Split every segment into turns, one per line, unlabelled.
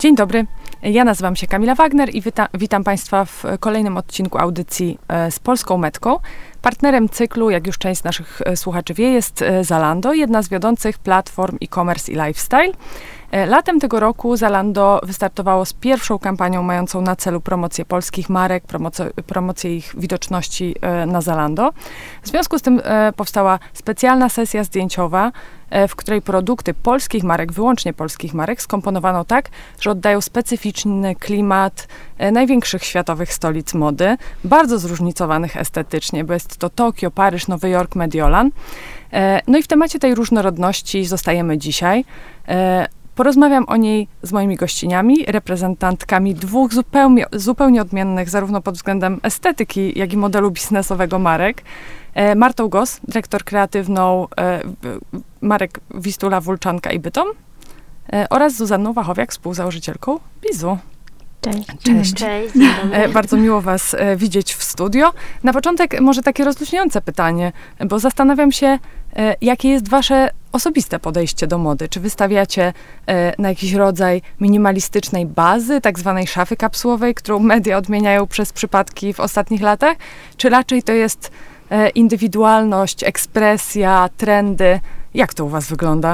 Dzień dobry, ja nazywam się Kamila Wagner i witam Państwa w kolejnym odcinku audycji z Polską Metką. Partnerem cyklu, jak już część z naszych słuchaczy wie, jest Zalando, jedna z wiodących platform e-commerce i lifestyle. Latem tego roku Zalando wystartowało z pierwszą kampanią mającą na celu promocję polskich marek, promocję ich widoczności na Zalando. W związku z tym powstała specjalna sesja zdjęciowa, w której produkty polskich marek, wyłącznie polskich marek, skomponowano tak, że oddają specyficzny klimat największych światowych stolic mody, bardzo zróżnicowanych estetycznie, bo jest to Tokio, Paryż, Nowy Jork, Mediolan. No i w temacie tej różnorodności zostajemy dzisiaj. Porozmawiam o niej z moimi gościniami, reprezentantkami dwóch zupełnie odmiennych, zarówno pod względem estetyki, jak i modelu biznesowego marek. Martą Goss, dyrektor kreatywną marek Wistula, Wólczanka i Bytom, oraz Zuzanną Wachowiak, współzałożycielką Bizu.
Cześć.
Cześć.
Bardzo miło Was widzieć w studio. Na początek może takie rozluźniające pytanie, bo zastanawiam się, jakie jest Wasze osobiste podejście do mody. Czy wystawiacie na jakiś rodzaj minimalistycznej bazy, tak zwanej szafy kapsułowej, którą media odmieniają przez przypadki w ostatnich latach? Czy raczej to jest indywidualność, ekspresja, trendy? Jak to u Was wygląda?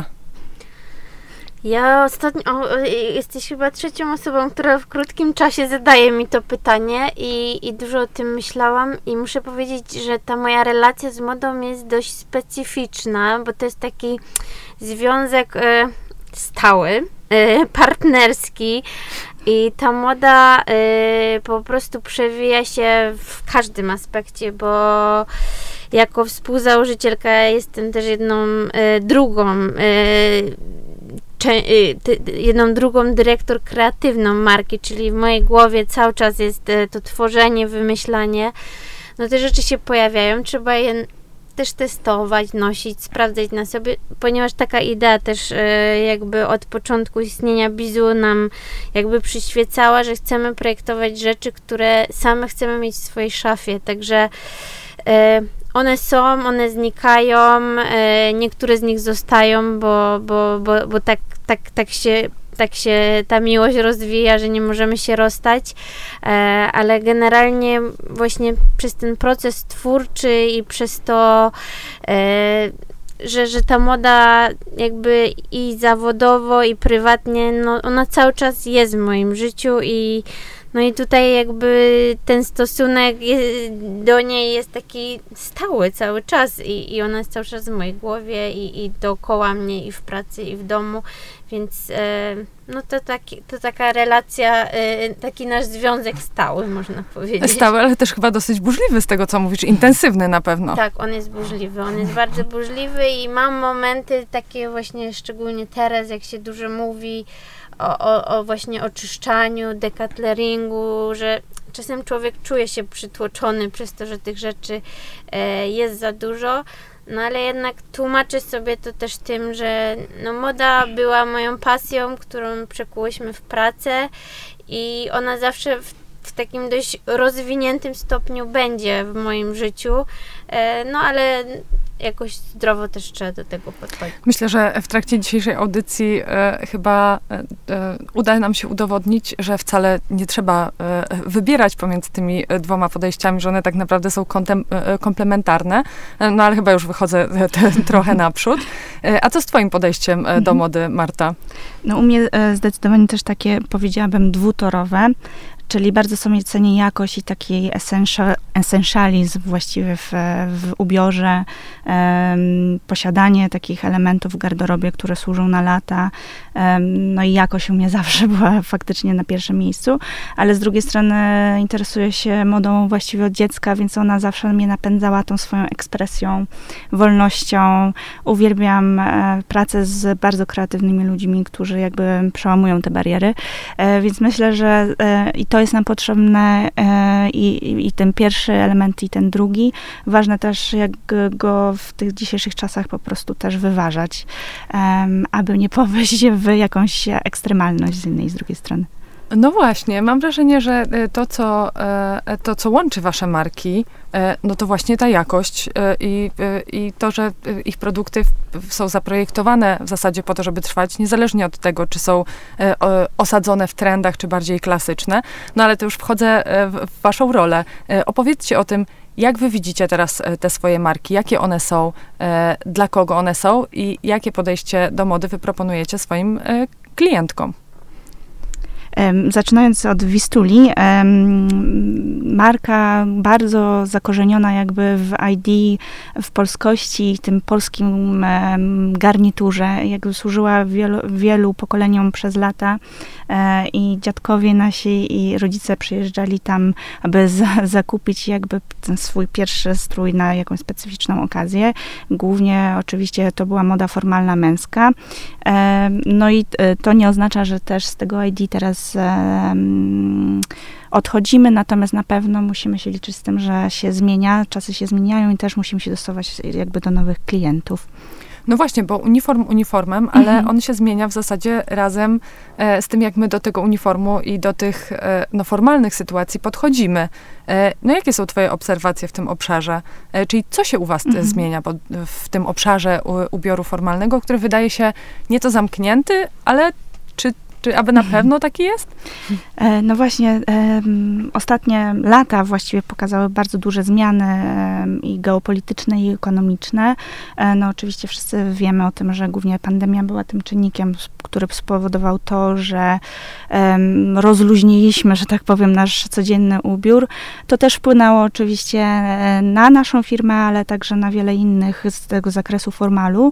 Ja ostatnio, jesteś chyba trzecią osobą, która w krótkim czasie zadaje mi to pytanie i dużo o tym myślałam i muszę powiedzieć, że ta moja relacja z modą jest dość specyficzna, bo to jest taki związek stały, partnerski i ta moda po prostu przewija się w każdym aspekcie, bo jako współzałożycielka jestem też jedną drugą dyrektor kreatywną marki, czyli w mojej głowie cały czas jest to tworzenie, wymyślanie. No te rzeczy się pojawiają, trzeba je też testować, nosić, sprawdzać na sobie, ponieważ taka idea też jakby od początku istnienia Bizu nam jakby przyświecała, że chcemy projektować rzeczy, które same chcemy mieć w swojej szafie, także one są, one znikają, niektóre z nich zostają, bo tak się ta miłość rozwija, że nie możemy się rozstać, ale generalnie właśnie przez ten proces twórczy i przez to, że ta moda jakby i zawodowo, i prywatnie, no ona cały czas jest w moim życiu i tutaj jakby ten stosunek do niej jest taki stały cały czas i ona jest cały czas w mojej głowie i dookoła mnie i w pracy i w domu, więc no to taka relacja, taki nasz związek stały, można powiedzieć.
Stały, ale też chyba dosyć burzliwy z tego, co mówisz, intensywny na pewno.
Tak, on jest burzliwy, on jest bardzo burzliwy i mam momenty takie właśnie, szczególnie teraz, jak się dużo mówi o właśnie oczyszczaniu, declutteringu, że czasem człowiek czuje się przytłoczony przez to, że tych rzeczy jest za dużo, no ale jednak tłumaczę sobie to też tym, że no moda była moją pasją, którą przekułyśmy w pracę i ona zawsze w takim dość rozwiniętym stopniu będzie w moim życiu, no ale jakoś zdrowo też trzeba do tego podchodzić.
Myślę, że w trakcie dzisiejszej audycji chyba uda nam się udowodnić, że wcale nie trzeba wybierać pomiędzy tymi dwoma podejściami, że one tak naprawdę są komplementarne, no ale chyba już wychodzę trochę naprzód. A co z twoim podejściem do mody, Marta?
No u mnie zdecydowanie też takie, powiedziałabym, dwutorowe. Czyli bardzo sobie cenię jakość i taki essentializm właściwie w ubiorze, posiadanie takich elementów w garderobie, które służą na lata. No i jakość u mnie zawsze była faktycznie na pierwszym miejscu, ale z drugiej strony interesuję się modą właściwie od dziecka, więc ona zawsze mnie napędzała tą swoją ekspresją, wolnością. Uwielbiam pracę z bardzo kreatywnymi ludźmi, którzy jakby przełamują te bariery, więc myślę, że i to jest nam potrzebne i ten pierwszy element i ten drugi. Ważne też, jak go w tych dzisiejszych czasach po prostu też wyważać, aby nie powieść w jakąś ekstremalność z jednej i z drugiej strony.
No właśnie, mam wrażenie, że to, co łączy wasze marki, no to właśnie ta jakość i to, że ich produkty są zaprojektowane w zasadzie po to, żeby trwać, niezależnie od tego, czy są osadzone w trendach, czy bardziej klasyczne. No ale to już wchodzę w waszą rolę. Opowiedzcie o tym, jak wy widzicie teraz te swoje marki, jakie one są, dla kogo one są i jakie podejście do mody wy proponujecie swoim klientkom.
Zaczynając od Wistuli, marka bardzo zakorzeniona jakby w ID, w polskości, tym polskim garniturze, jakby służyła wielu pokoleniom przez lata i dziadkowie nasi i rodzice przyjeżdżali tam, aby zakupić jakby ten swój pierwszy strój na jakąś specyficzną okazję. Głównie oczywiście to była moda formalna męska. No i to nie oznacza, że też z tego ID teraz odchodzimy, natomiast na pewno musimy się liczyć z tym, że się zmienia, czasy się zmieniają i też musimy się dostosować jakby do nowych klientów.
No właśnie, bo uniform uniformem, ale on się zmienia w zasadzie razem z tym, jak my do tego uniformu i do tych formalnych sytuacji podchodzimy. No jakie są twoje obserwacje w tym obszarze? Czyli co się u was zmienia w tym obszarze ubioru formalnego, który wydaje się nieco zamknięty, ale czy aby na pewno taki jest?
No właśnie, ostatnie lata właściwie pokazały bardzo duże zmiany i geopolityczne, i ekonomiczne. No oczywiście wszyscy wiemy o tym, że głównie pandemia była tym czynnikiem, który spowodował to, że rozluźniliśmy, że tak powiem, nasz codzienny ubiór. To też wpłynęło oczywiście na naszą firmę, ale także na wiele innych z tego zakresu formalu.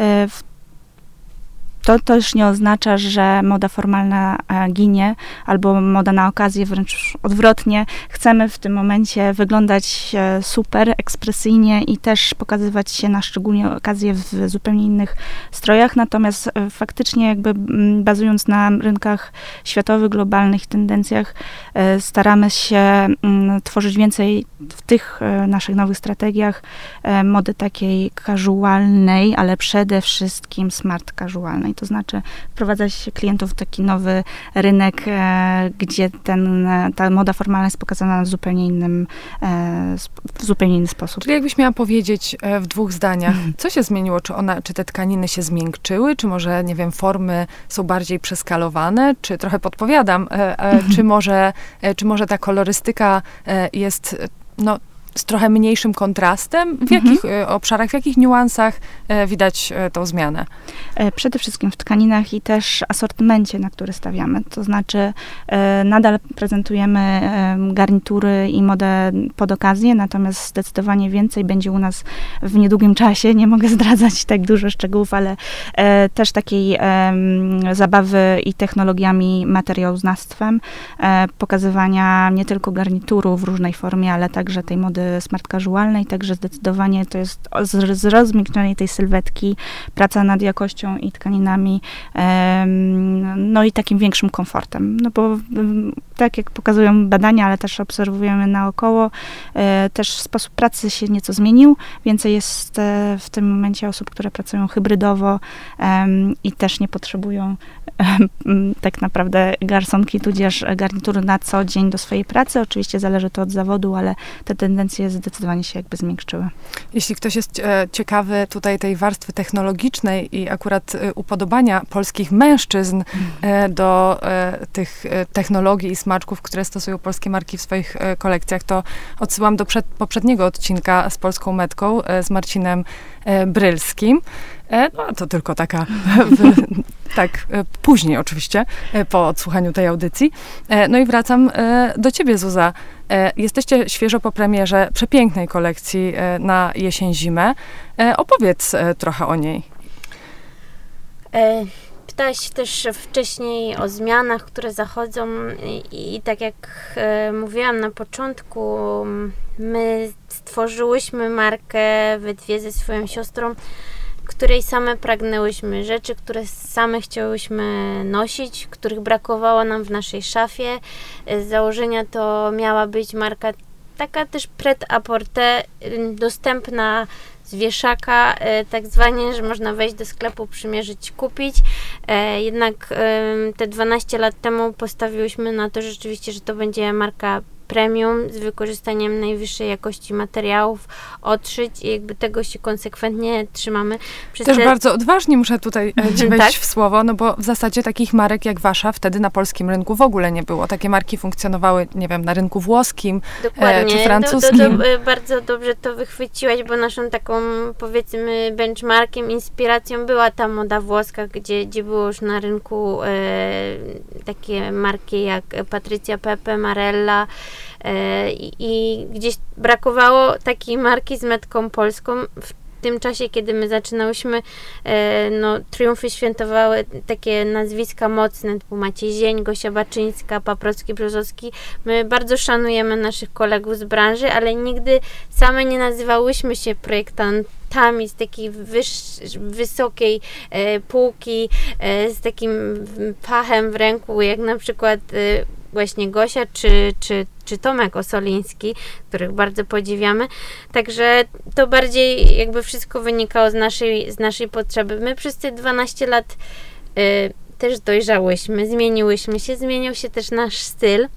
To też nie oznacza, że moda formalna ginie, albo moda na okazję, wręcz odwrotnie. Chcemy w tym momencie wyglądać super, ekspresyjnie i też pokazywać się na szczególnie okazje w zupełnie innych strojach, natomiast faktycznie jakby bazując na rynkach światowych, globalnych tendencjach, staramy się tworzyć więcej w tych naszych nowych strategiach mody takiej casualnej, ale przede wszystkim smart casualnej. To znaczy wprowadzać klientów w taki nowy rynek, gdzie ta moda formalna jest pokazana w zupełnie inny sposób.
Czyli jakbyś miała powiedzieć w 2 zdaniach, co się zmieniło? Czy te tkaniny się zmiękczyły? Czy może, nie wiem, formy są bardziej przeskalowane? Czy trochę podpowiadam? Czy może ta kolorystyka jest, z trochę mniejszym kontrastem? W jakich obszarach, w jakich niuansach widać tą zmianę?
Przede wszystkim w tkaninach i też asortymencie, na który stawiamy. To znaczy nadal prezentujemy garnitury i modę pod okazję, natomiast zdecydowanie więcej będzie u nas w niedługim czasie. Nie mogę zdradzać tak dużo szczegółów, ale też takiej zabawy i technologiami, materiałoznawstwem, pokazywania nie tylko garnituru w różnej formie, ale także tej mody smart casualnej, także zdecydowanie to jest z rozmiękczonej tej sylwetki, praca nad jakością i tkaninami, no i takim większym komfortem. No bo tak jak pokazują badania, ale też obserwujemy naokoło, też sposób pracy się nieco zmienił. Więcej jest w tym momencie osób, które pracują hybrydowo i też nie potrzebują tak naprawdę garsonki, tudzież garnitury na co dzień do swojej pracy. Oczywiście zależy to od zawodu, ale te tendencje zdecydowanie się jakby zmiękczyły.
Jeśli ktoś jest ciekawy tutaj tej warstwy technologicznej i akurat upodobania polskich mężczyzn do tych technologii i smaczków, które stosują polskie marki w swoich kolekcjach, to odsyłam do poprzedniego odcinka z Polską Metką, z Marcinem Brylskim. No to tylko taka, później oczywiście, po odsłuchaniu tej audycji. No i wracam do ciebie, Zuza. Jesteście świeżo po premierze przepięknej kolekcji na jesień-zimę. Opowiedz trochę o niej.
Pytałaś też wcześniej o zmianach, które zachodzą i tak jak mówiłam na początku, my stworzyłyśmy markę we dwie ze swoją siostrą, której same pragnęłyśmy, rzeczy, które same chciałyśmy nosić, których brakowało nam w naszej szafie. Z założenia to miała być marka taka też pret-à-porter, dostępna z wieszaka, tak zwanie, że można wejść do sklepu, przymierzyć, kupić. Jednak te 12 lat temu postawiłyśmy na to rzeczywiście, że to będzie marka premium z wykorzystaniem najwyższej jakości materiałów, odszyć i jakby tego się konsekwentnie trzymamy.
Też bardzo odważnie muszę tutaj ci wejść
Tak?
w słowo, no bo w zasadzie takich marek jak wasza wtedy na polskim rynku w ogóle nie było. Takie marki funkcjonowały, nie wiem, na rynku włoskim czy francuskim.
Bardzo dobrze to wychwyciłaś, bo naszą taką, powiedzmy, benchmarkiem, inspiracją była ta moda włoska, gdzie było już na rynku takie marki jak Patrycja Pepe, Marella, i gdzieś brakowało takiej marki z metką polską. W tym czasie, kiedy my zaczynałyśmy, triumfy świętowały takie nazwiska mocne, typu Maciej Zień, Gosia Baczyńska, Paprocki, Brzozowski. My bardzo szanujemy naszych kolegów z branży, ale nigdy same nie nazywałyśmy się projektantami z takiej wysokiej półki, z takim fachem w ręku, jak na przykład właśnie Gosia czy Tomek Osoliński, których bardzo podziwiamy. Także to bardziej jakby wszystko wynikało z naszej potrzeby. My przez te 12 lat też dojrzałyśmy, zmieniłyśmy się, zmienił się też nasz styl.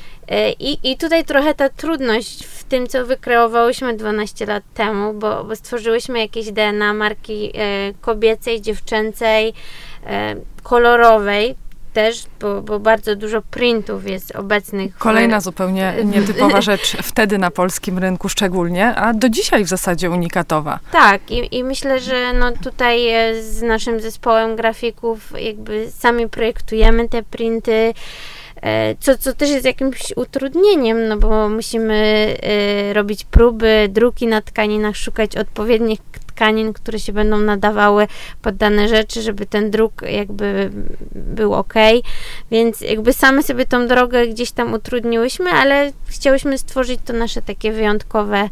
I tutaj trochę ta trudność w tym, co wykreowałyśmy 12 lat temu, bo stworzyłyśmy jakieś DNA marki kobiecej, dziewczęcej, kolorowej, też, bo bardzo dużo printów jest obecnych.
Kolejna zupełnie nietypowa rzecz wtedy na polskim rynku szczególnie, a do dzisiaj w zasadzie unikatowa.
Tak, i myślę, że tutaj z naszym zespołem grafików jakby sami projektujemy te printy, co też jest jakimś utrudnieniem, no bo musimy robić próby, druki na tkaninach, szukać odpowiednich tkanin, które się będą nadawały pod dane rzeczy, żeby ten druk jakby był okej. Więc jakby same sobie tą drogę gdzieś tam utrudniłyśmy, ale chciałyśmy stworzyć to nasze takie wyjątkowe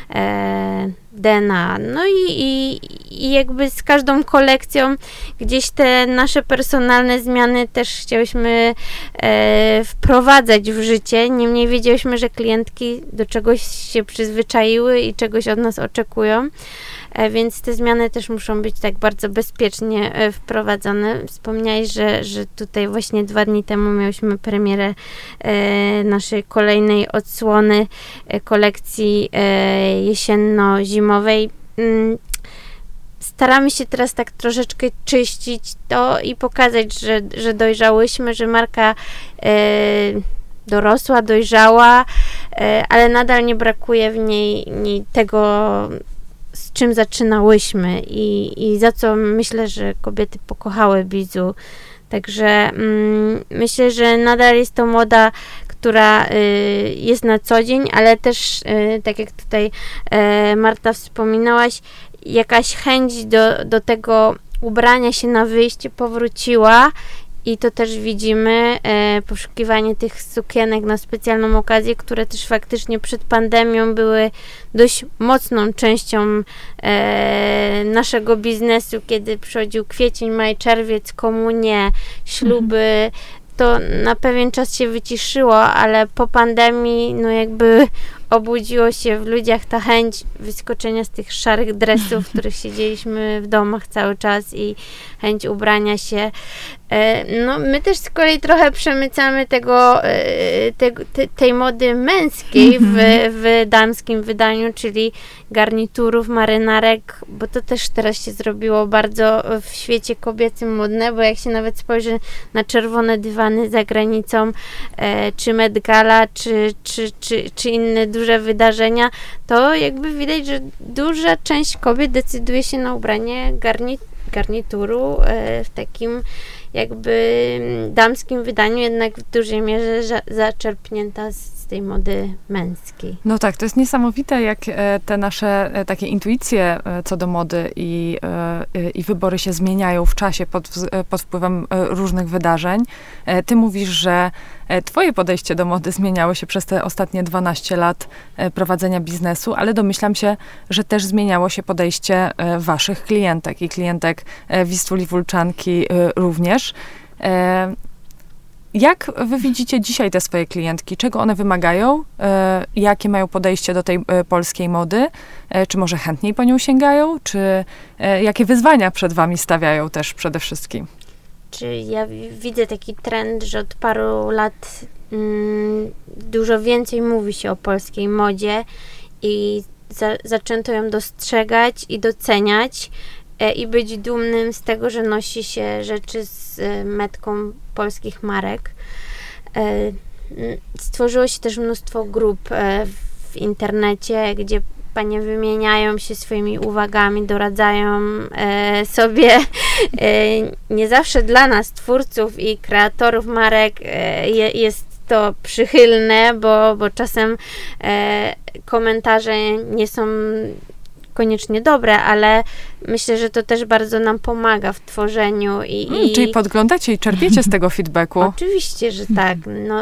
DNA. No i jakby z każdą kolekcją gdzieś te nasze personalne zmiany też chciałyśmy wprowadzać w życie. Niemniej wiedziałyśmy, że klientki do czegoś się przyzwyczaiły i czegoś od nas oczekują. Więc te zmiany też muszą być tak bardzo bezpiecznie wprowadzone. Wspomniałeś, że tutaj właśnie 2 dni temu miałyśmy premierę naszej kolejnej odsłony kolekcji jesienno-zimowej. Staramy się teraz tak troszeczkę czyścić to i pokazać, że dojrzałyśmy, że marka dorosła, dojrzała, ale nadal nie brakuje w niej tego, z czym zaczynałyśmy i za co myślę, że kobiety pokochały Bizu. Także myślę, że nadal jest to moda, która jest na co dzień, ale też, tak jak tutaj Marta wspominałaś, jakaś chęć do tego ubrania się na wyjście powróciła. I to też widzimy, poszukiwanie tych sukienek na specjalną okazję, które też faktycznie przed pandemią były dość mocną częścią naszego biznesu, kiedy przychodził kwiecień, maj, czerwiec, komunie, śluby. To na pewien czas się wyciszyło, ale po pandemii jakby obudziło się w ludziach ta chęć wyskoczenia z tych szarych dresów, w których siedzieliśmy w domach cały czas i chęć ubrania się. My też z kolei trochę przemycamy tej mody męskiej w damskim wydaniu, czyli garniturów, marynarek, bo to też teraz się zrobiło bardzo w świecie kobiecym modne, bo jak się nawet spojrzy na czerwone dywany za granicą, czy Met Gala, czy inne duże wydarzenia, to jakby widać, że duża część kobiet decyduje się na ubranie garnituru w takim jakby damskim wydaniu, jednak w dużej mierze zaczerpnięta z tej mody męskiej.
No tak, to jest niesamowite, jak te nasze takie intuicje co do mody i wybory się zmieniają w czasie pod wpływem różnych wydarzeń. Ty mówisz, że twoje podejście do mody zmieniało się przez te ostatnie 12 lat prowadzenia biznesu, ale domyślam się, że też zmieniało się podejście waszych klientek i klientek Wistuli Wólczanki również. Jak wy widzicie dzisiaj te swoje klientki? Czego one wymagają? Jakie mają podejście do tej polskiej mody? Czy może chętniej po nią sięgają? Czy jakie wyzwania przed wami stawiają też przede wszystkim?
Czy ja widzę taki trend, że od paru lat dużo więcej mówi się o polskiej modzie i zaczęto ją dostrzegać i doceniać i być dumnym z tego, że nosi się rzeczy z metką polskich marek. Stworzyło się też mnóstwo grup w internecie, gdzie panie wymieniają się swoimi uwagami, doradzają sobie. Nie zawsze dla nas, twórców i kreatorów marek, jest to przychylne, bo czasem komentarze nie są koniecznie dobre, ale myślę, że to też bardzo nam pomaga w tworzeniu.
Czyli podglądacie i czerpiecie z tego feedbacku?
Oczywiście, że tak.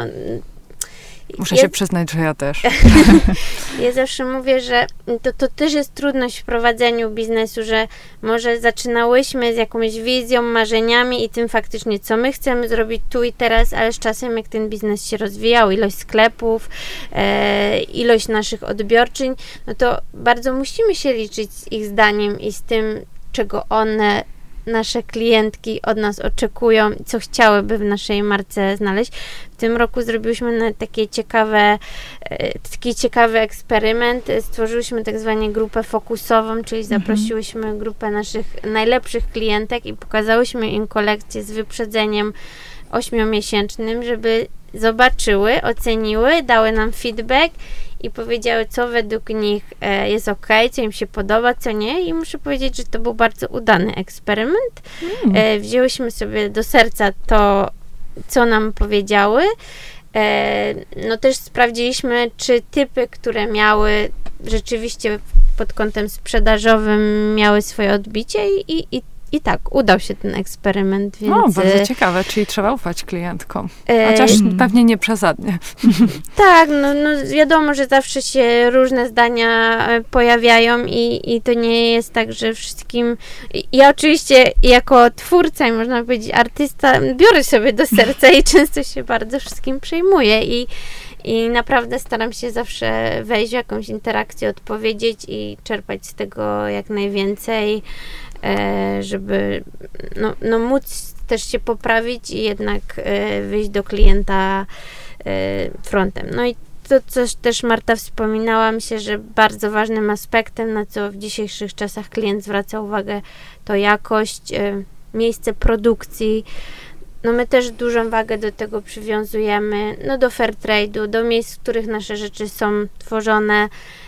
Muszę się przyznać, że ja też.
Ja zawsze mówię, że to też jest trudność w prowadzeniu biznesu, że może zaczynałyśmy z jakąś wizją, marzeniami i tym faktycznie, co my chcemy zrobić tu i teraz, ale z czasem, jak ten biznes się rozwijał, ilość sklepów, ilość naszych odbiorczyń, no to bardzo musimy się liczyć z ich zdaniem i z tym, czego one, nasze klientki od nas oczekują i co chciałyby w naszej marce znaleźć. W tym roku zrobiłyśmy taki ciekawy eksperyment. Stworzyłyśmy tak zwaną grupę fokusową, czyli zaprosiłyśmy grupę naszych najlepszych klientek i pokazałyśmy im kolekcję z wyprzedzeniem 8-miesięcznym, żeby zobaczyły, oceniły, dały nam feedback i powiedziały, co według nich jest okej, co im się podoba, co nie. I muszę powiedzieć, że to był bardzo udany eksperyment. Wzięłyśmy sobie do serca to, co nam powiedziały. No też sprawdziliśmy, czy typy, które miały rzeczywiście pod kątem sprzedażowym miały swoje odbicie i tak, udał się ten eksperyment, więc...
bardzo ciekawe, czyli trzeba ufać klientkom. Chociaż pewnie nie przesadnie.
Tak, no wiadomo, że zawsze się różne zdania pojawiają i to nie jest tak, że wszystkim... Ja oczywiście jako twórca i można powiedzieć artysta biorę sobie do serca i często się bardzo wszystkim przejmuję i naprawdę staram się zawsze wejść w jakąś interakcję, odpowiedzieć i czerpać z tego jak najwięcej, żeby móc też się poprawić i jednak wyjść do klienta frontem. No i to, co też Marta wspominała, myślę, że bardzo ważnym aspektem, na co w dzisiejszych czasach klient zwraca uwagę, to jakość, miejsce produkcji. No my też dużą wagę do tego przywiązujemy, do fair trade'u, do miejsc, w których nasze rzeczy są tworzone.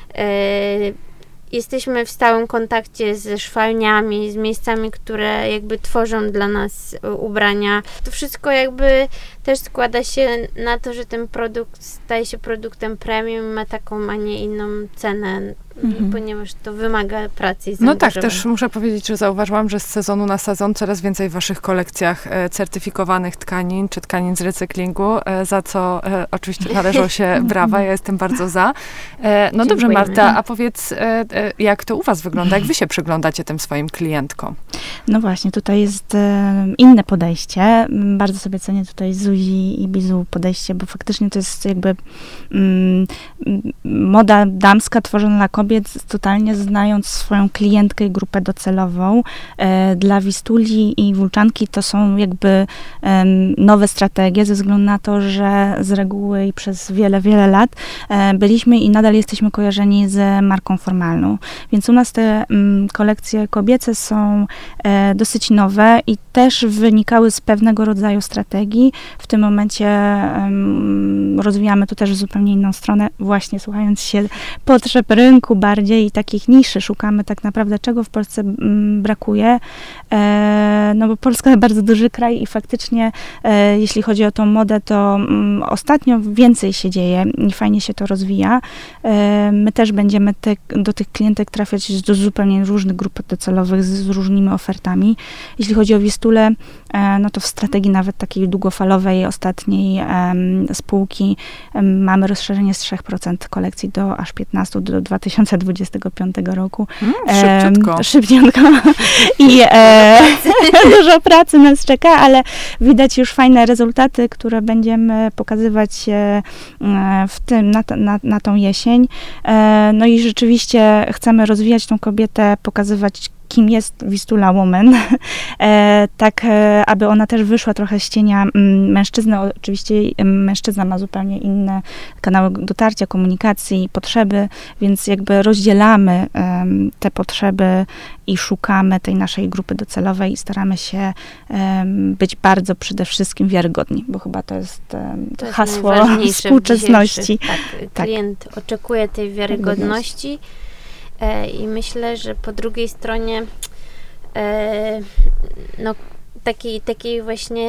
Jesteśmy w stałym kontakcie ze szwalniami, z miejscami, które jakby tworzą dla nas ubrania. To wszystko jakby też składa się na to, że ten produkt staje się produktem premium i ma taką, a nie inną cenę, ponieważ to wymaga pracy i zaangażowania.
No tak, też muszę powiedzieć, że zauważyłam, że z sezonu na sezon coraz więcej w waszych kolekcjach certyfikowanych tkanin, czy tkanin z recyklingu, za co oczywiście należą się brawa, ja jestem bardzo za. No dobrze, Marta, a powiedz, jak to u was wygląda, jak wy się przyglądacie tym swoim klientkom?
No właśnie, tutaj jest inne podejście. Bardzo sobie cenię tutaj Zuzi i Bizu podejście, bo faktycznie to jest jakby moda damska tworzona dla kobiet, totalnie znając swoją klientkę i grupę docelową. Dla Wistuli i Włóczanki to są jakby nowe strategie, ze względu na to, że z reguły i przez wiele, wiele lat byliśmy i nadal jesteśmy kojarzeni z marką formalną. Więc u nas te kolekcje kobiece są dosyć nowe i też wynikały z pewnego rodzaju strategii. W tym momencie rozwijamy tu też w zupełnie inną stronę, właśnie słuchając się potrzeb rynku bardziej i takich niszy. Szukamy tak naprawdę, czego w Polsce brakuje, no bo Polska jest bardzo duży kraj i faktycznie jeśli chodzi o tą modę, to ostatnio więcej się dzieje i fajnie się to rozwija. My też będziemy do tych klientek trafiać do zupełnie różnych grup docelowych z różnymi ofertami. Jeśli chodzi o Wistulę, no to w strategii nawet takiej długofalowej, ostatniej spółki mamy rozszerzenie z 3% kolekcji do aż 15% do 2025 2025 roku.
Szybciutko.
Szybciutko. I dużo pracy nas czeka, ale widać już fajne rezultaty, które będziemy pokazywać w tym, na tą jesień. No i rzeczywiście chcemy rozwijać tą kobietę, pokazywać, kim jest Wistula Woman, tak aby ona też wyszła trochę z cienia mężczyzny. Oczywiście mężczyzna ma zupełnie inne kanały dotarcia, komunikacji, potrzeby, więc jakby rozdzielamy te potrzeby i szukamy tej naszej grupy docelowej i staramy się być bardzo przede wszystkim wiarygodni, bo chyba to jest hasło współczesności.
Tak, klient oczekuje tej wiarygodności. I myślę, że po drugiej stronie no, takiej właśnie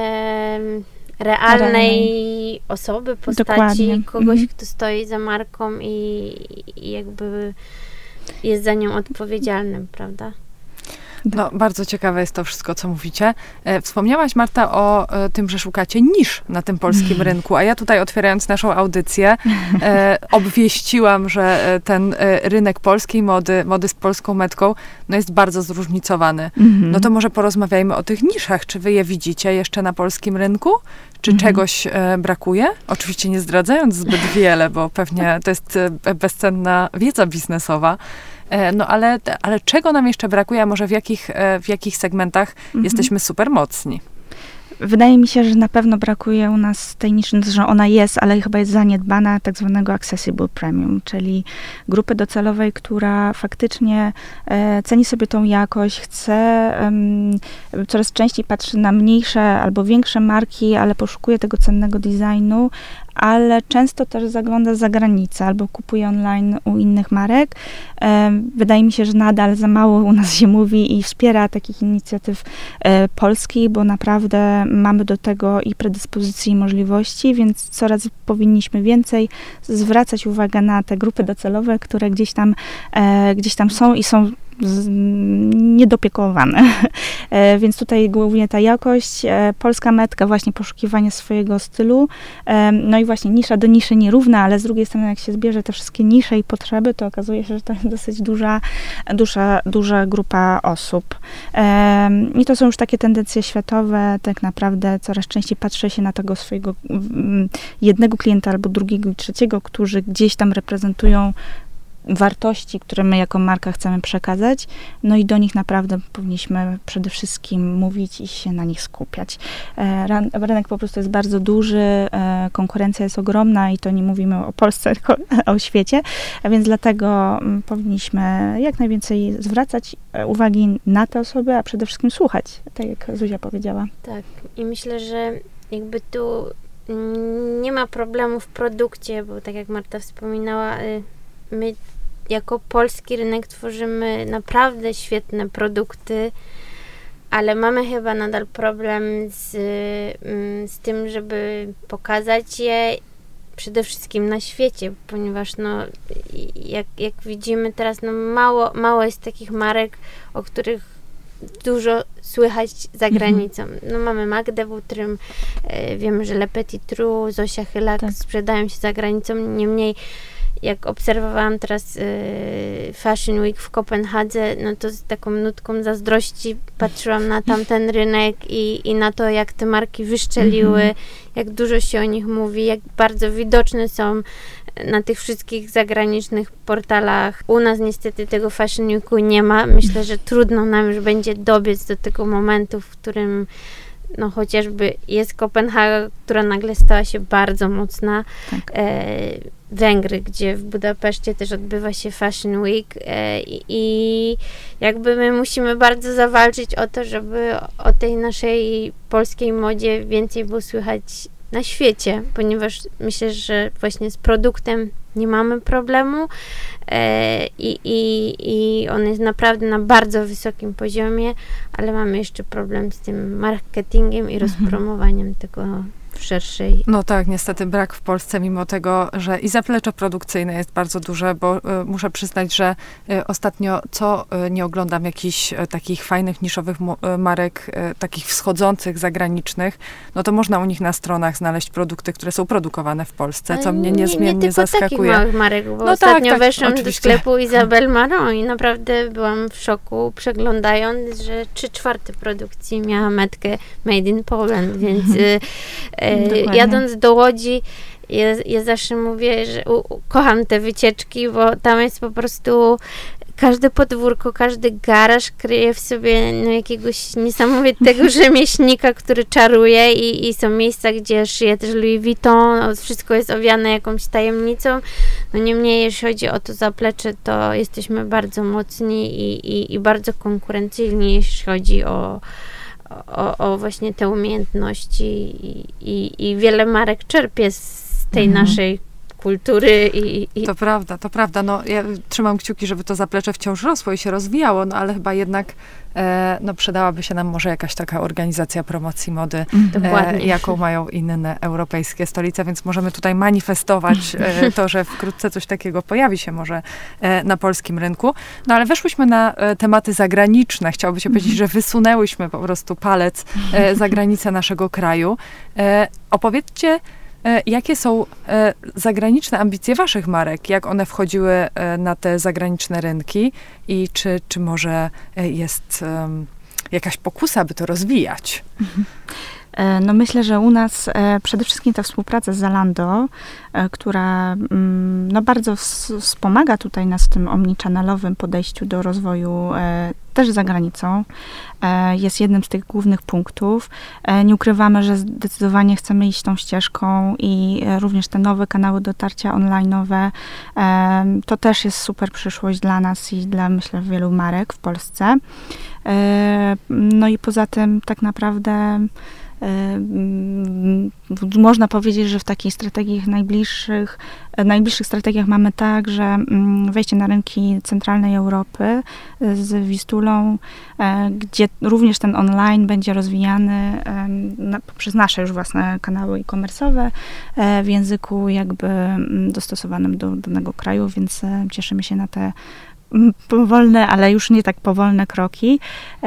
realnej osoby, postaci,
dokładnie.
kogoś, kto stoi za marką i jakby jest za nią odpowiedzialnym, prawda?
No, bardzo ciekawe jest to wszystko, co mówicie. Wspomniałaś, Marta, o tym, że szukacie nisz na tym polskim rynku, a ja tutaj, otwierając naszą audycję, obwieściłam, że ten rynek polskiej mody z polską metką, no jest bardzo zróżnicowany. No to może porozmawiajmy o tych niszach. Czy wy je widzicie jeszcze na polskim rynku? Czy czegoś brakuje? Oczywiście nie zdradzając zbyt wiele, bo pewnie to jest bezcenna wiedza biznesowa. No ale czego nam jeszcze brakuje, a może w jakich segmentach jesteśmy super mocni?
Wydaje mi się, że na pewno brakuje u nas tej niszy, że ona jest, ale chyba jest zaniedbana, tak zwanego accessible premium, czyli grupy docelowej, która faktycznie ceni sobie tą jakość, chce, coraz częściej patrzy na mniejsze albo większe marki, ale poszukuje tego cennego designu, ale często też zagląda za granicę albo kupuje online u innych marek. Wydaje mi się, że nadal za mało u nas się mówi i wspiera takich inicjatyw polskich, bo naprawdę mamy do tego i predyspozycji, i możliwości, więc coraz powinniśmy więcej zwracać uwagę na te grupy docelowe, które gdzieś tam są i są niedopiekowane. Więc tutaj głównie ta jakość, polska metka, właśnie poszukiwanie swojego stylu, no i właśnie nisza do niszy nierówna, ale z drugiej strony jak się zbierze te wszystkie nisze i potrzeby, to okazuje się, że to jest dosyć duża grupa osób. I to są już takie tendencje światowe, tak naprawdę coraz częściej patrzy się na tego swojego jednego klienta albo drugiego i trzeciego, którzy gdzieś tam reprezentują wartości, które my jako marka chcemy przekazać, no i do nich naprawdę powinniśmy przede wszystkim mówić i się na nich skupiać. Rynek po prostu jest bardzo duży, konkurencja jest ogromna i to nie mówimy o Polsce, tylko o świecie, a więc dlatego powinniśmy jak najwięcej zwracać uwagi na te osoby, a przede wszystkim słuchać, tak jak Zuzia powiedziała.
Tak, i myślę, że jakby tu nie ma problemu w produkcie, bo tak jak Marta wspominała, my jako polski rynek tworzymy naprawdę świetne produkty, ale mamy chyba nadal problem z tym, żeby pokazać je przede wszystkim na świecie, ponieważ no, jak widzimy teraz, no mało jest takich marek, o których dużo słychać za granicą. No mamy Magdę Wutrym, wiemy, że Le Petit Trou, Zosia Chylak sprzedają się za granicą, niemniej jak obserwowałam teraz Fashion Week w Kopenhadze, no to z taką nutką zazdrości patrzyłam na tamten rynek i na to, jak te marki wyszczeliły, jak dużo się o nich mówi, jak bardzo widoczne są na tych wszystkich zagranicznych portalach. U nas niestety tego Fashion Weeku nie ma. Myślę, że trudno nam już będzie dobiec do tego momentu, w którym no chociażby jest Kopenhaga, która nagle stała się bardzo mocna. Tak. Węgry, gdzie w Budapeszcie też odbywa się Fashion Week i jakby my musimy bardzo zawalczyć o to, żeby o tej naszej polskiej modzie więcej było słychać na świecie, ponieważ myślę, że właśnie z produktem nie mamy problemu i on jest naprawdę na bardzo wysokim poziomie, ale mamy jeszcze problem z tym marketingiem i rozpromowaniem tego w szerszej.
No tak, niestety brak w Polsce, mimo tego, że i zaplecze produkcyjne jest bardzo duże, bo muszę przyznać, że ostatnio nie oglądam jakichś takich fajnych, niszowych marek, takich wschodzących, zagranicznych, no to można u nich na stronach znaleźć produkty, które są produkowane w Polsce, co mnie niezmiennie zaskakuje.
Nie tylko takich małych marek, bo ostatnio weszłam do sklepu Isabel Marant i naprawdę byłam w szoku, przeglądając, że 3/4 produkcji miała metkę Made in Poland, więc jadąc do Łodzi, ja zawsze mówię, że kocham te wycieczki, bo tam jest po prostu każde podwórko, każdy garaż kryje w sobie jakiegoś niesamowitego rzemieślnika, który czaruje i są miejsca, gdzie szyje też Louis Vuitton, wszystko jest owiane jakąś tajemnicą. No niemniej, jeśli chodzi o to zaplecze, to jesteśmy bardzo mocni i bardzo konkurencyjni, jeśli chodzi o właśnie te umiejętności i wiele marek czerpie z tej naszej kultury
To prawda. No, ja trzymam kciuki, żeby to zaplecze wciąż rosło i się rozwijało, no ale chyba jednak przydałaby się nam może jakaś taka organizacja promocji mody, jaką mają inne europejskie stolice, więc możemy tutaj manifestować to, że wkrótce coś takiego pojawi się może na polskim rynku. No ale weszłyśmy na tematy zagraniczne. Chciałoby się powiedzieć, że wysunęłyśmy po prostu palec za granicę naszego kraju. Opowiedzcie, jakie są zagraniczne ambicje waszych marek? Jak one wchodziły na te zagraniczne rynki? I czy może jest jakaś pokusa, by to rozwijać?
No myślę, że u nas przede wszystkim ta współpraca z Zalando, która no bardzo wspomaga tutaj nas w tym omnichannelowym podejściu do rozwoju też za granicą, jest jednym z tych głównych punktów. Nie ukrywamy, że zdecydowanie chcemy iść tą ścieżką i również te nowe kanały dotarcia online'owe, to też jest super przyszłość dla nas i dla, myślę, wielu marek w Polsce. No i poza tym tak naprawdę można powiedzieć, że w takich strategiach najbliższych strategiach mamy tak, że wejście na rynki centralnej Europy z Wistulą, gdzie również ten online będzie rozwijany poprzez nasze już własne kanały e-commerce'owe w języku jakby dostosowanym do danego kraju, więc cieszymy się na te powolne, ale już nie tak powolne kroki.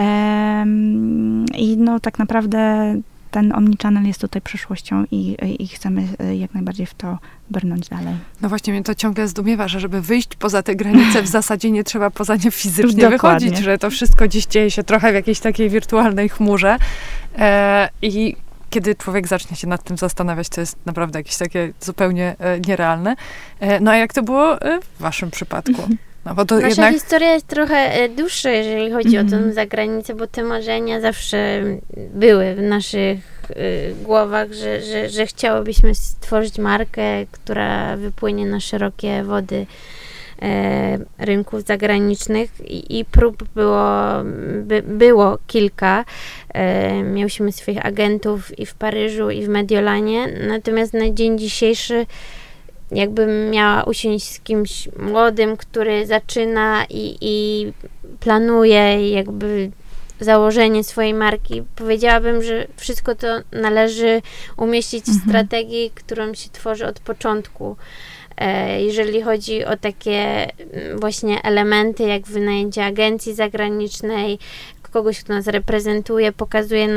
I no tak naprawdę ten omnichannel jest tutaj przyszłością i chcemy jak najbardziej w to brnąć dalej.
No właśnie, mnie to ciągle zdumiewa, że żeby wyjść poza te granice, w zasadzie nie trzeba poza nie fizycznie wychodzić, że to wszystko dziś dzieje się trochę w jakiejś takiej wirtualnej chmurze. I kiedy człowiek zacznie się nad tym zastanawiać, to jest naprawdę jakieś takie zupełnie nierealne. No a jak to było w waszym przypadku? No, bo to
Nasza
jednak
historia jest trochę dłuższa, jeżeli chodzi o tę zagranicę, bo te marzenia zawsze były w naszych głowach, że chciałobyśmy stworzyć markę, która wypłynie na szerokie wody rynków zagranicznych i prób było kilka. Miałyśmy swoich agentów i w Paryżu, i w Mediolanie, natomiast na dzień dzisiejszy jakbym miała usiąść z kimś młodym, który zaczyna i planuje jakby założenie swojej marki, powiedziałabym, że wszystko to należy umieścić w strategii, którą się tworzy od początku. Jeżeli chodzi o takie właśnie elementy, jak wynajęcie agencji zagranicznej, kogoś, kto nas reprezentuje, pokazuje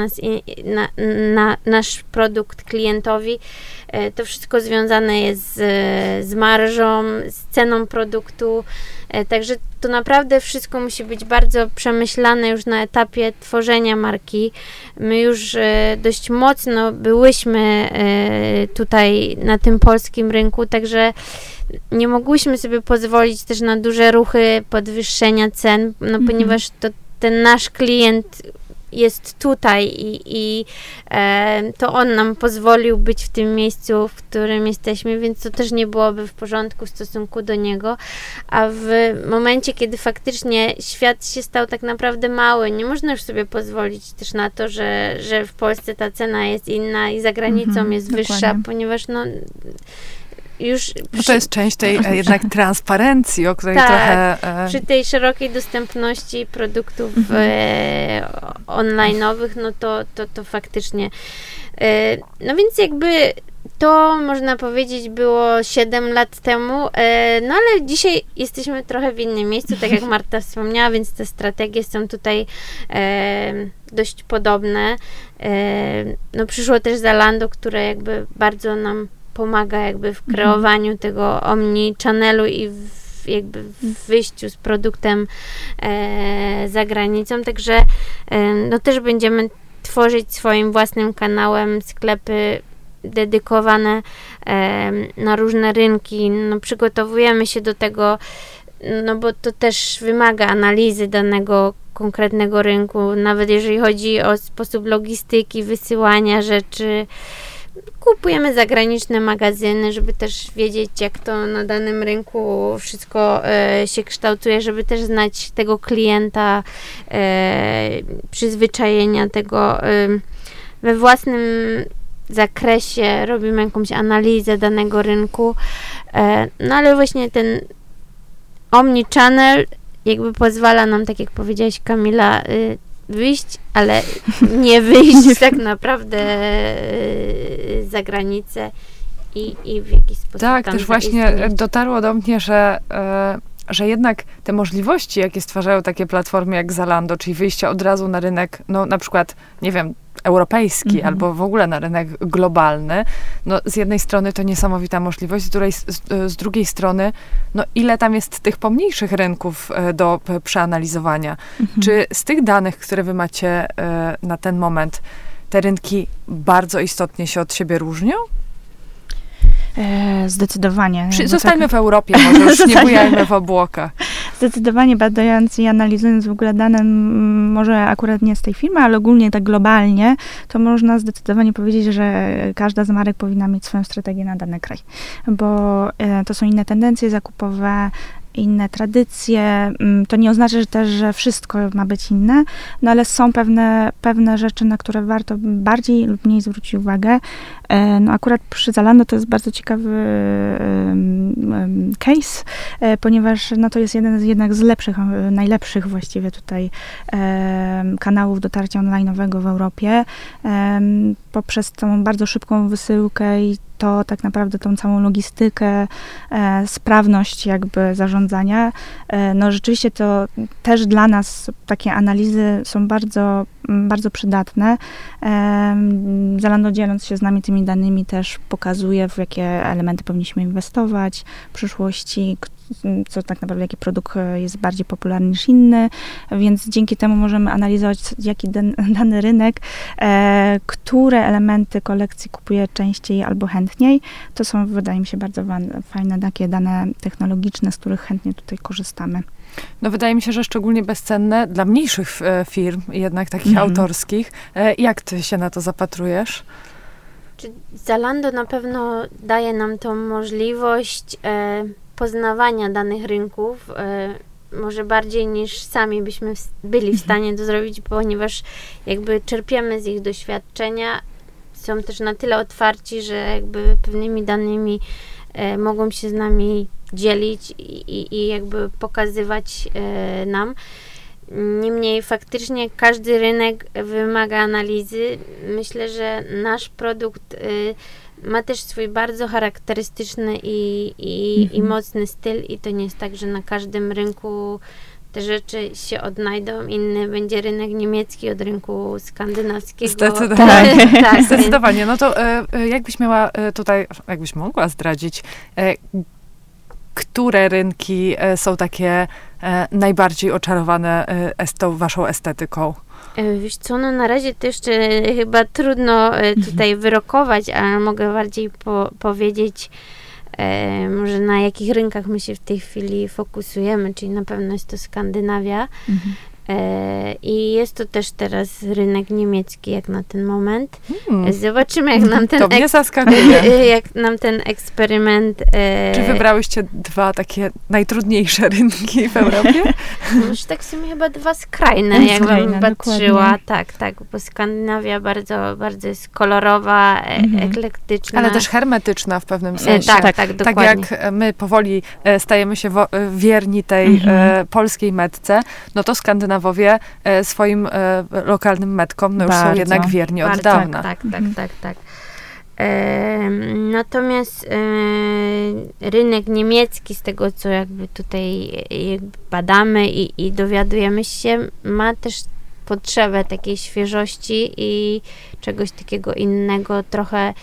nasz produkt klientowi. To wszystko związane jest z marżą, z ceną produktu. Także to naprawdę wszystko musi być bardzo przemyślane już na etapie tworzenia marki. My już dość mocno byłyśmy tutaj na tym polskim rynku, także nie mogłyśmy sobie pozwolić też na duże ruchy podwyższenia cen, no ponieważ ten nasz klient jest tutaj i to on nam pozwolił być w tym miejscu, w którym jesteśmy, więc to też nie byłoby w porządku w stosunku do niego. A w momencie, kiedy faktycznie świat się stał tak naprawdę mały, nie można już sobie pozwolić też na to, że w Polsce ta cena jest inna i za granicą jest wyższa, ponieważ
bo to jest część tej jednak transparencji, o której trochę...
Przy tej szerokiej dostępności produktów online'owych, no to faktycznie No więc jakby to, można powiedzieć, było 7 lat temu, no ale dzisiaj jesteśmy trochę w innym miejscu, tak jak Marta wspomniała, więc te strategie są tutaj dość podobne. No przyszło też Zalando, które jakby bardzo nam pomaga jakby w kreowaniu tego omni-channelu i jakby w wyjściu z produktem za granicą, także no też będziemy tworzyć swoim własnym kanałem sklepy dedykowane na różne rynki. No, przygotowujemy się do tego, no bo to też wymaga analizy danego konkretnego rynku, nawet jeżeli chodzi o sposób logistyki, wysyłania rzeczy. Kupujemy zagraniczne magazyny, żeby też wiedzieć, jak to na danym rynku wszystko się kształtuje, żeby też znać tego klienta, przyzwyczajenia tego we własnym zakresie, robimy jakąś analizę danego rynku, no ale właśnie ten omni-channel jakby pozwala nam, tak jak powiedziałaś, Kamila, wyjść, ale nie wyjść tak naprawdę za granicę i w jakiś sposób
Tak,
tam
też właśnie dotarło do mnie, że jednak te możliwości, jakie stwarzają takie platformy jak Zalando, czyli wyjście od razu na rynek, no na przykład, nie wiem, europejski albo w ogóle na rynek globalny, no z jednej strony to niesamowita możliwość, z drugiej strony, no ile tam jest tych pomniejszych rynków do przeanalizowania. Czy z tych danych, które wy macie na ten moment, te rynki bardzo istotnie się od siebie różnią?
Zdecydowanie.
Zostańmy w Europie, może już nie bujajmy w obłokach.
Zdecydowanie badając i analizując w ogóle dane, może akurat nie z tej firmy, ale ogólnie tak globalnie, to można zdecydowanie powiedzieć, że każda z marek powinna mieć swoją strategię na dany kraj, bo to są inne tendencje zakupowe, inne tradycje. To nie oznacza że też, że wszystko ma być inne, no ale są pewne rzeczy, na które warto bardziej lub mniej zwrócić uwagę. No akurat przy Zalando to jest bardzo ciekawy case, ponieważ no to jest jeden jednak z lepszych, najlepszych właściwie tutaj kanałów dotarcia online'owego w Europie. Poprzez tą bardzo szybką wysyłkę i to tak naprawdę tą całą logistykę, sprawność jakby zarządzania. No rzeczywiście to też dla nas takie analizy są bardzo, bardzo przydatne. Zalando, dzieląc się z nami tymi danymi, też pokazuje, w jakie elementy powinniśmy inwestować w przyszłości, co tak naprawdę, jaki produkt jest bardziej popularny niż inny, więc dzięki temu możemy analizować, jaki dany rynek, które elementy kolekcji kupuje częściej albo chętniej. To są, wydaje mi się, bardzo fajne takie dane technologiczne, z których chętnie tutaj korzystamy.
No wydaje mi się, że szczególnie bezcenne dla mniejszych firm, jednak takich autorskich. Jak ty się na to zapatrujesz?
Zalando na pewno daje nam tą możliwość poznawania danych rynków, może bardziej niż sami byśmy byli w stanie to zrobić, ponieważ jakby czerpiemy z ich doświadczenia, są też na tyle otwarci, że jakby pewnymi danymi mogą się z nami dzielić i jakby pokazywać nam. Niemniej faktycznie każdy rynek wymaga analizy. Myślę, że nasz produkt ma też swój bardzo charakterystyczny i mocny styl i to nie jest tak, że na każdym rynku te rzeczy się odnajdą. Inny będzie rynek niemiecki od rynku skandynawskiego.
Zdecydowanie. Tak, zdecydowanie. No to jakbyś miała tutaj, jakbyś mogła zdradzić, które rynki są takie najbardziej oczarowane tą waszą estetyką?
Wiesz co, no na razie to jeszcze chyba trudno tutaj wyrokować, ale mogę bardziej powiedzieć, może na jakich rynkach my się w tej chwili fokusujemy, czyli na pewno jest to Skandynawia. I jest to też teraz rynek niemiecki, jak na ten moment. Zobaczymy, jak nam ten
to mnie zaskakuje.
Jak nam ten eksperyment...
Czy wybrałyście dwa takie najtrudniejsze rynki w Europie?
Już tak w sumie chyba dwa skrajne, jakbym patrzyła. Tak, bo Skandynawia bardzo, bardzo jest kolorowa, eklektyczna.
Ale też hermetyczna w pewnym sensie.
Tak, dokładnie.
Tak jak my powoli stajemy się wierni tej polskiej metce, no to Skandynawia Tychnowowie swoim lokalnym metkom no już są jednak wierni od dawna.
Tak. Natomiast rynek niemiecki, z tego co jakby tutaj badamy i dowiadujemy się, ma też potrzebę takiej świeżości i czegoś takiego innego trochę,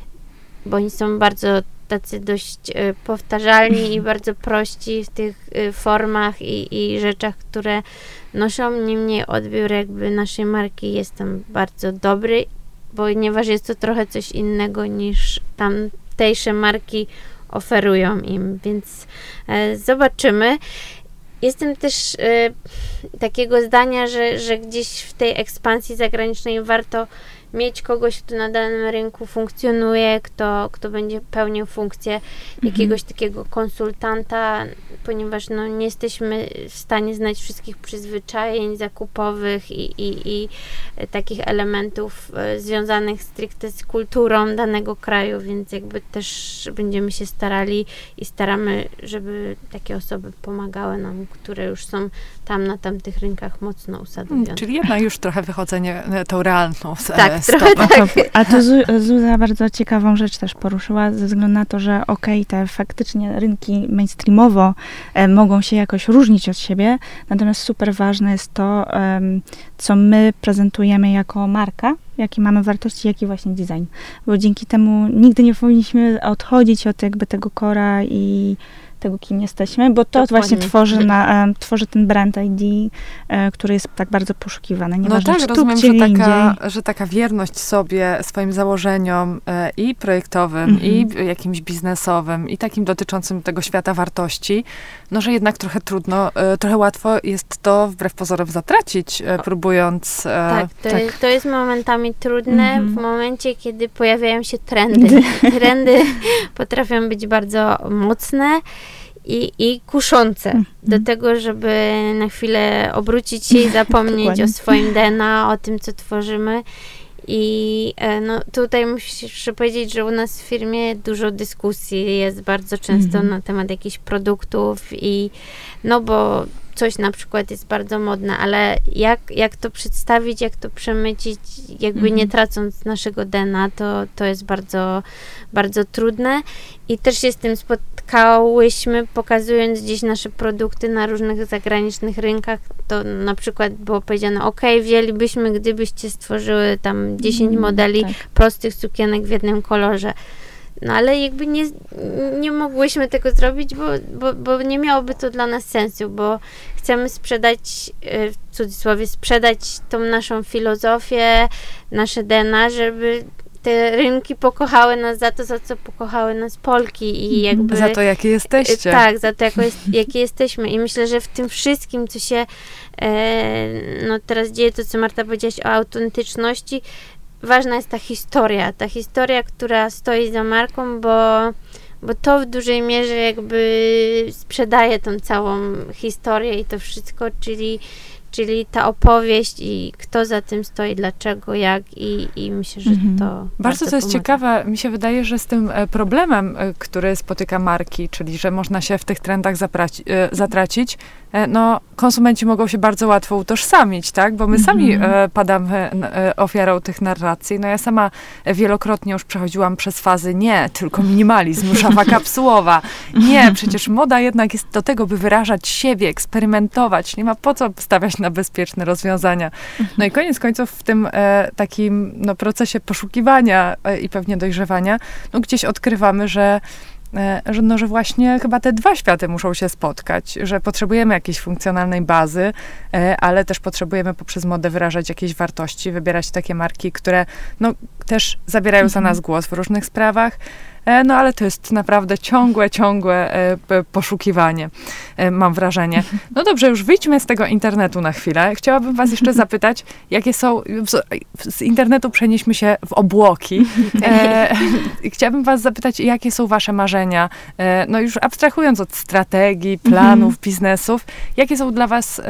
bo oni są bardzo tacy dość powtarzalni i bardzo prości w tych formach i rzeczach, które noszą. Niemniej odbiór jakby naszej marki jest tam bardzo dobry, ponieważ jest to trochę coś innego niż tamtejsze marki oferują im, więc zobaczymy. Jestem też takiego zdania, że gdzieś w tej ekspansji zagranicznej warto mieć kogoś, kto na danym rynku funkcjonuje, kto będzie pełnił funkcję jakiegoś takiego konsultanta, ponieważ no, nie jesteśmy w stanie znać wszystkich przyzwyczajeń zakupowych i takich elementów związanych stricte z kulturą danego kraju, więc jakby też będziemy się starali i staramy, żeby takie osoby pomagały nam, które już są tam na tamtych rynkach mocno usadowione.
Czyli jednak już trochę wychodzenie tą realną
trochę tak.
A to Zuza bardzo ciekawą rzecz też poruszyła, ze względu na to, że te faktycznie rynki mainstreamowo mogą się jakoś różnić od siebie, natomiast super ważne jest to, co my prezentujemy jako marka, jakie mamy wartości, jaki właśnie design. Bo dzięki temu nigdy nie powinniśmy odchodzić od jakby tego cora i tego, kim jesteśmy, bo to
Dokładnie.
właśnie tworzy ten brand ID, który jest tak bardzo poszukiwany. Nieważne,
no tak,
czy
rozumiem,
tu,
że taka wierność sobie, swoim założeniom i projektowym, i jakimś biznesowym, i takim dotyczącym tego świata wartości, no, że jednak trochę trudno, trochę łatwo jest to wbrew pozorom zatracić, próbując...
To jest momentami trudne w momencie, kiedy pojawiają się trendy. Trendy potrafią być bardzo mocne i kuszące do tego, żeby na chwilę obrócić się i zapomnieć o swoim DNA, o tym, co tworzymy. I no, tutaj muszę powiedzieć, że u nas w firmie dużo dyskusji jest bardzo często na temat jakichś produktów i no bo coś na przykład jest bardzo modne, ale jak to przedstawić, jak to przemycić, jakby nie tracąc naszego DNA, to jest bardzo, bardzo trudne. I też się z tym spotkałyśmy, pokazując gdzieś nasze produkty na różnych zagranicznych rynkach. To na przykład było powiedziane, wzięlibyśmy, gdybyście stworzyły tam 10 modeli prostych sukienek w jednym kolorze. No ale jakby nie mogłyśmy tego zrobić, bo nie miałoby to dla nas sensu, bo chcemy sprzedać, w cudzysłowie, sprzedać tą naszą filozofię, nasze DNA, żeby te rynki pokochały nas za to, za co pokochały nas Polki i jakby...
Za to, jakie jesteście.
Tak, za to, jakie jesteśmy. I myślę, że w tym wszystkim, co się no teraz dzieje, to co Marta powiedziałaś o autentyczności, ważna jest ta historia, która stoi za marką, bo to w dużej mierze jakby sprzedaje tą całą historię i to wszystko, czyli ta opowieść i kto za tym stoi, dlaczego, jak i myślę, że to
bardzo to jest
pomaga.
ciekawe. Mi się wydaje, że z tym problemem, który spotyka marki, czyli że można się w tych trendach zatracić, no konsumenci mogą się bardzo łatwo utożsamić, tak? Bo my sami padamy ofiarą tych narracji. No ja sama wielokrotnie już przechodziłam przez fazy nie, tylko minimalizm, szafa kapsułowa. Nie, przecież moda jednak jest do tego, by wyrażać siebie, eksperymentować. Nie ma po co stawiać na bezpieczne rozwiązania. No i koniec końców w tym takim no, procesie poszukiwania i pewnie dojrzewania, no gdzieś odkrywamy, że właśnie chyba te dwa światy muszą się spotkać, że potrzebujemy jakiejś funkcjonalnej bazy, ale też potrzebujemy poprzez modę wyrażać jakieś wartości, wybierać takie marki, które no, też zabierają za nas głos w różnych sprawach, no ale to jest naprawdę ciągłe poszukiwanie, mam wrażenie. No dobrze, już wyjdźmy z tego internetu na chwilę. Chciałabym was jeszcze zapytać, jakie są, z internetu przenieśmy się w obłoki. Chciałabym was zapytać, jakie są wasze marzenia, no już abstrahując od strategii, planów, biznesów, jakie są dla was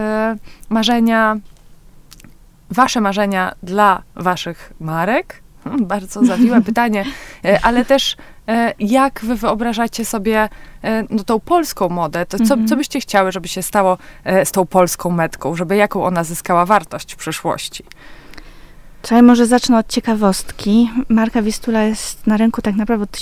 wasze marzenia dla waszych marek? Bardzo zawiłe pytanie, ale też Jak wy wyobrażacie sobie tą polską modę? To co byście chciały, żeby się stało z tą polską metką? Jaką ona zyskała wartość w przyszłości?
To ja może zacznę od ciekawostki. Marka Wistula jest na rynku tak naprawdę od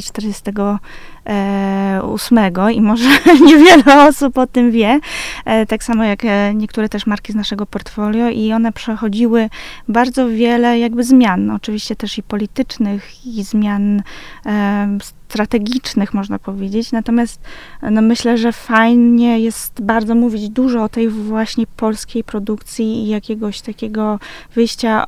1948 i może niewiele osób o tym wie. Tak samo jak niektóre też marki z naszego portfolio i one przechodziły bardzo wiele jakby zmian. Oczywiście też i politycznych, i zmian strategicznych, można powiedzieć. Natomiast myślę, że fajnie jest bardzo mówić dużo o tej właśnie polskiej produkcji i jakiegoś takiego wyjścia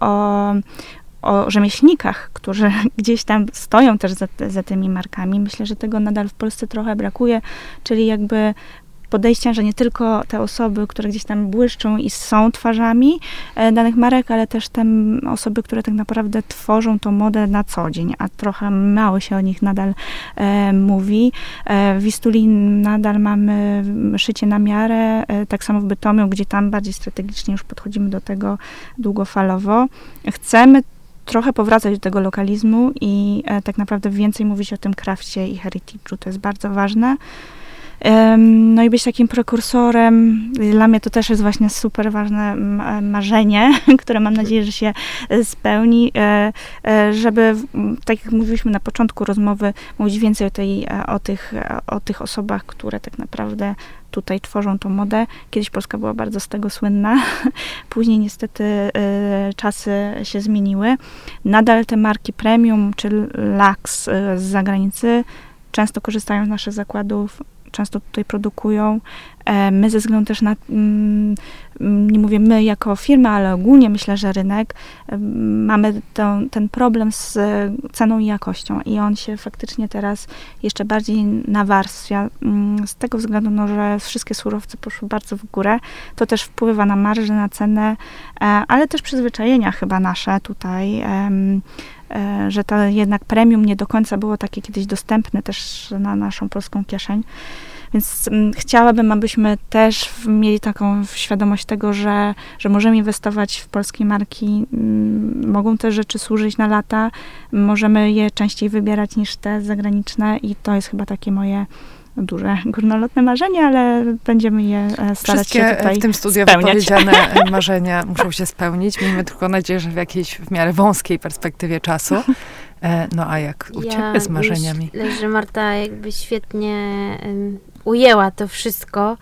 o rzemieślnikach, którzy gdzieś tam stoją też za tymi markami. Myślę, że tego nadal w Polsce trochę brakuje, czyli jakby podejścia, że nie tylko te osoby, które gdzieś tam błyszczą i są twarzami danych marek, ale też te osoby, które tak naprawdę tworzą tą modę na co dzień, a trochę mało się o nich nadal mówi. W Wistuli nadal mamy szycie na miarę, tak samo w Bytomiu, gdzie tam bardziej strategicznie już podchodzimy do tego długofalowo. Chcemy trochę powracać do tego lokalizmu i tak naprawdę więcej mówić o tym crafcie i heritage'u. To jest bardzo ważne. No i być takim prekursorem, dla mnie to też jest właśnie super ważne marzenie, które mam nadzieję, że się spełni, żeby, tak jak mówiliśmy na początku rozmowy, mówić więcej o tych osobach, które tak naprawdę tutaj tworzą tą modę. Kiedyś Polska była bardzo z tego słynna. Później niestety czasy się zmieniły. Nadal te marki premium czy Lux z zagranicy często korzystają z naszych zakładów, często tutaj produkują. My ze względu też na, nie mówię my jako firma, ale ogólnie myślę, że rynek, mamy ten problem z ceną i jakością i on się faktycznie teraz jeszcze bardziej nawarstwia z tego względu, że wszystkie surowce poszły bardzo w górę. To też wpływa na marżę, na cenę, ale też przyzwyczajenia chyba nasze tutaj, że to jednak premium nie do końca było takie kiedyś dostępne też na naszą polską kieszeń. Więc chciałabym, abyśmy też mieli taką świadomość tego, że możemy inwestować w polskie marki, mogą te rzeczy służyć na lata, możemy je częściej wybierać niż te zagraniczne i to jest chyba takie moje duże, górnolotne marzenie, ale będziemy je starać się tutaj
w tym studiu
spełniać.
wypowiedziane marzenia muszą się spełnić. Miejmy tylko nadzieję, że w jakiejś w miarę wąskiej perspektywie czasu. No a jak u ciebie z marzeniami?
Myślę, że Marta jakby świetnie ujęła to wszystko.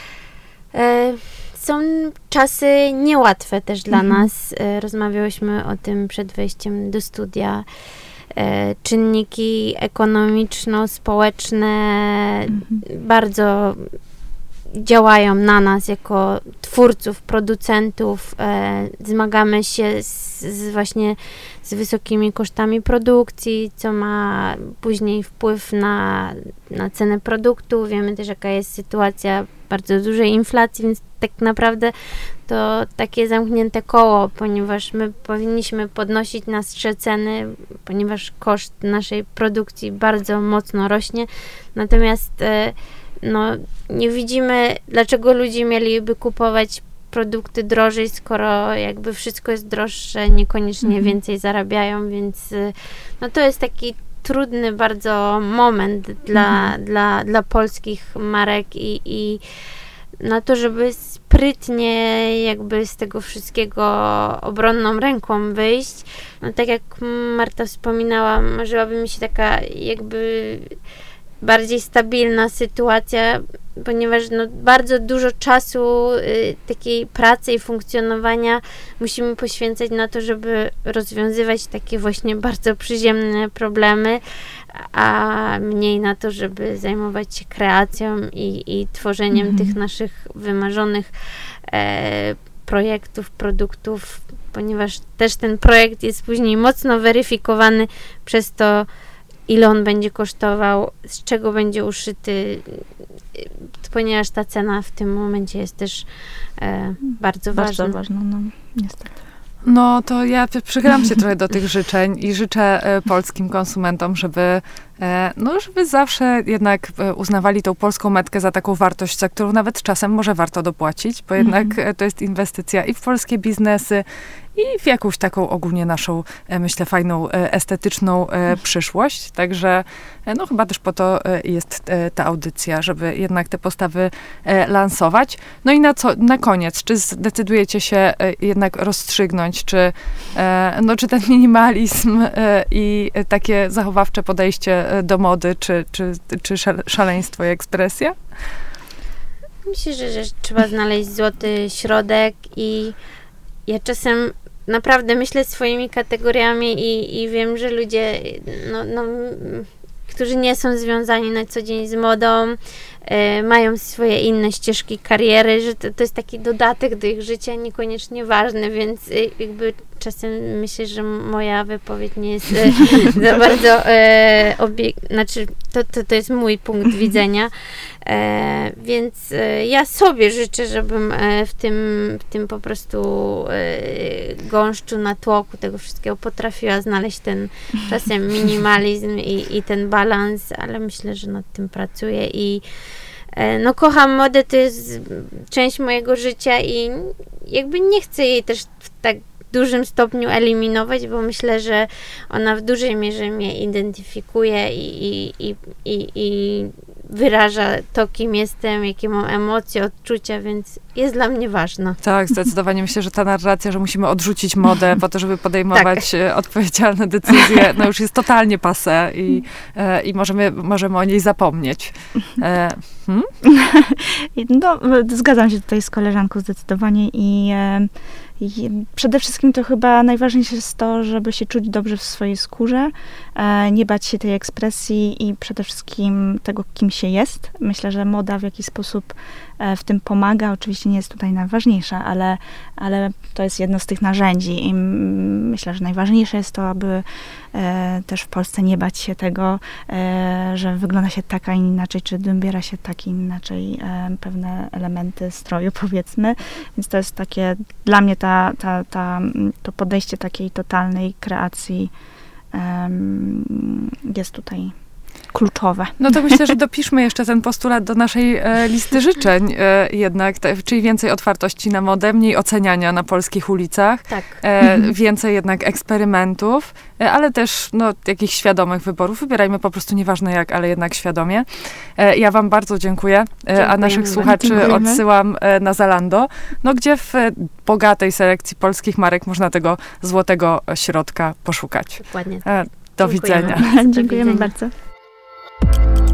Są czasy niełatwe też dla nas. Rozmawiałyśmy o tym przed wejściem do studia. Czynniki ekonomiczno-społeczne bardzo działają na nas jako twórców, producentów. Zmagamy się właśnie z wysokimi kosztami produkcji, co ma później wpływ na cenę produktu. Wiemy też, jaka jest sytuacja bardzo dużej inflacji, więc tak naprawdę to takie zamknięte koło, ponieważ my powinniśmy podnosić nasze ceny, ponieważ koszt naszej produkcji bardzo mocno rośnie. Natomiast nie widzimy, dlaczego ludzie mieliby kupować produkty drożej, skoro jakby wszystko jest droższe, niekoniecznie więcej zarabiają, więc to jest taki trudny bardzo moment dla polskich marek i na to, żeby sprytnie jakby z tego wszystkiego obronną ręką wyjść. Tak jak Marta wspominała, marzyłaby mi się taka jakby bardziej stabilna sytuacja, ponieważ bardzo dużo czasu takiej pracy i funkcjonowania musimy poświęcać na to, żeby rozwiązywać takie właśnie bardzo przyziemne problemy, a mniej na to, żeby zajmować się kreacją i tworzeniem tych naszych wymarzonych projektów, produktów, ponieważ też ten projekt jest później mocno weryfikowany przez to, ile on będzie kosztował, z czego będzie uszyty, ponieważ ta cena w tym momencie jest też bardzo ważna.
Bardzo ważna, niestety.
No to ja przychylam się trochę do tych życzeń i życzę polskim konsumentom, żeby No, żeby zawsze jednak uznawali tą polską metkę za taką wartość, za którą nawet czasem może warto dopłacić, bo jednak to jest inwestycja i w polskie biznesy, i w jakąś taką ogólnie naszą, myślę, fajną, estetyczną przyszłość. Także no chyba też po to jest ta audycja, żeby jednak te postawy lansować. No i na koniec, czy zdecydujecie się jednak rozstrzygnąć, czy ten minimalizm i takie zachowawcze podejście do mody, czy szaleństwo i ekspresja?
Myślę, że trzeba znaleźć złoty środek i ja czasem naprawdę myślę swoimi kategoriami i wiem, że ludzie, którzy nie są związani na co dzień z modą, mają swoje inne ścieżki kariery, że to jest taki dodatek do ich życia, niekoniecznie ważny, więc jakby czasem myślę, że moja wypowiedź nie jest za bardzo to jest mój punkt widzenia, więc ja sobie życzę, żebym w tym po prostu gąszczu, natłoku tego wszystkiego potrafiła znaleźć ten czasem minimalizm i ten balans, ale myślę, że nad tym pracuję i kocham modę, to jest część mojego życia i jakby nie chcę jej też w tak dużym stopniu eliminować, bo myślę, że ona w dużej mierze mnie identyfikuje i wyraża to, kim jestem, jakie mam emocje, odczucia, więc jest dla mnie ważna.
Tak, zdecydowanie myślę, że ta narracja, że musimy odrzucić modę po to, żeby podejmować odpowiedzialne decyzje, no już jest totalnie passé i możemy o niej zapomnieć.
No, zgadzam się tutaj z koleżanką zdecydowanie i przede wszystkim to chyba najważniejsze jest to, żeby się czuć dobrze w swojej skórze, nie bać się tej ekspresji i przede wszystkim tego, kim się jest. Myślę, że moda w jakiś sposób w tym pomaga. Oczywiście nie jest tutaj najważniejsza, ale to jest jedno z tych narzędzi i myślę, że najważniejsze jest to, aby też w Polsce nie bać się tego, że wygląda się tak, a inaczej, czy dobiera się tak inaczej pewne elementy stroju, powiedzmy. Więc to jest takie, dla mnie to podejście takiej totalnej kreacji jest tutaj kluczowe.
No to myślę, że dopiszmy jeszcze ten postulat do naszej listy życzeń jednak, czyli więcej otwartości na modę, mniej oceniania na polskich ulicach, więcej jednak eksperymentów, ale też jakichś świadomych wyborów. Wybierajmy po prostu nieważne jak, ale jednak świadomie. Ja wam bardzo dziękuję, a naszych słuchaczy odsyłam na Zalando, gdzie w bogatej selekcji polskich marek można tego złotego środka poszukać.
Dokładnie.
Do widzenia.
Dziękujemy bardzo.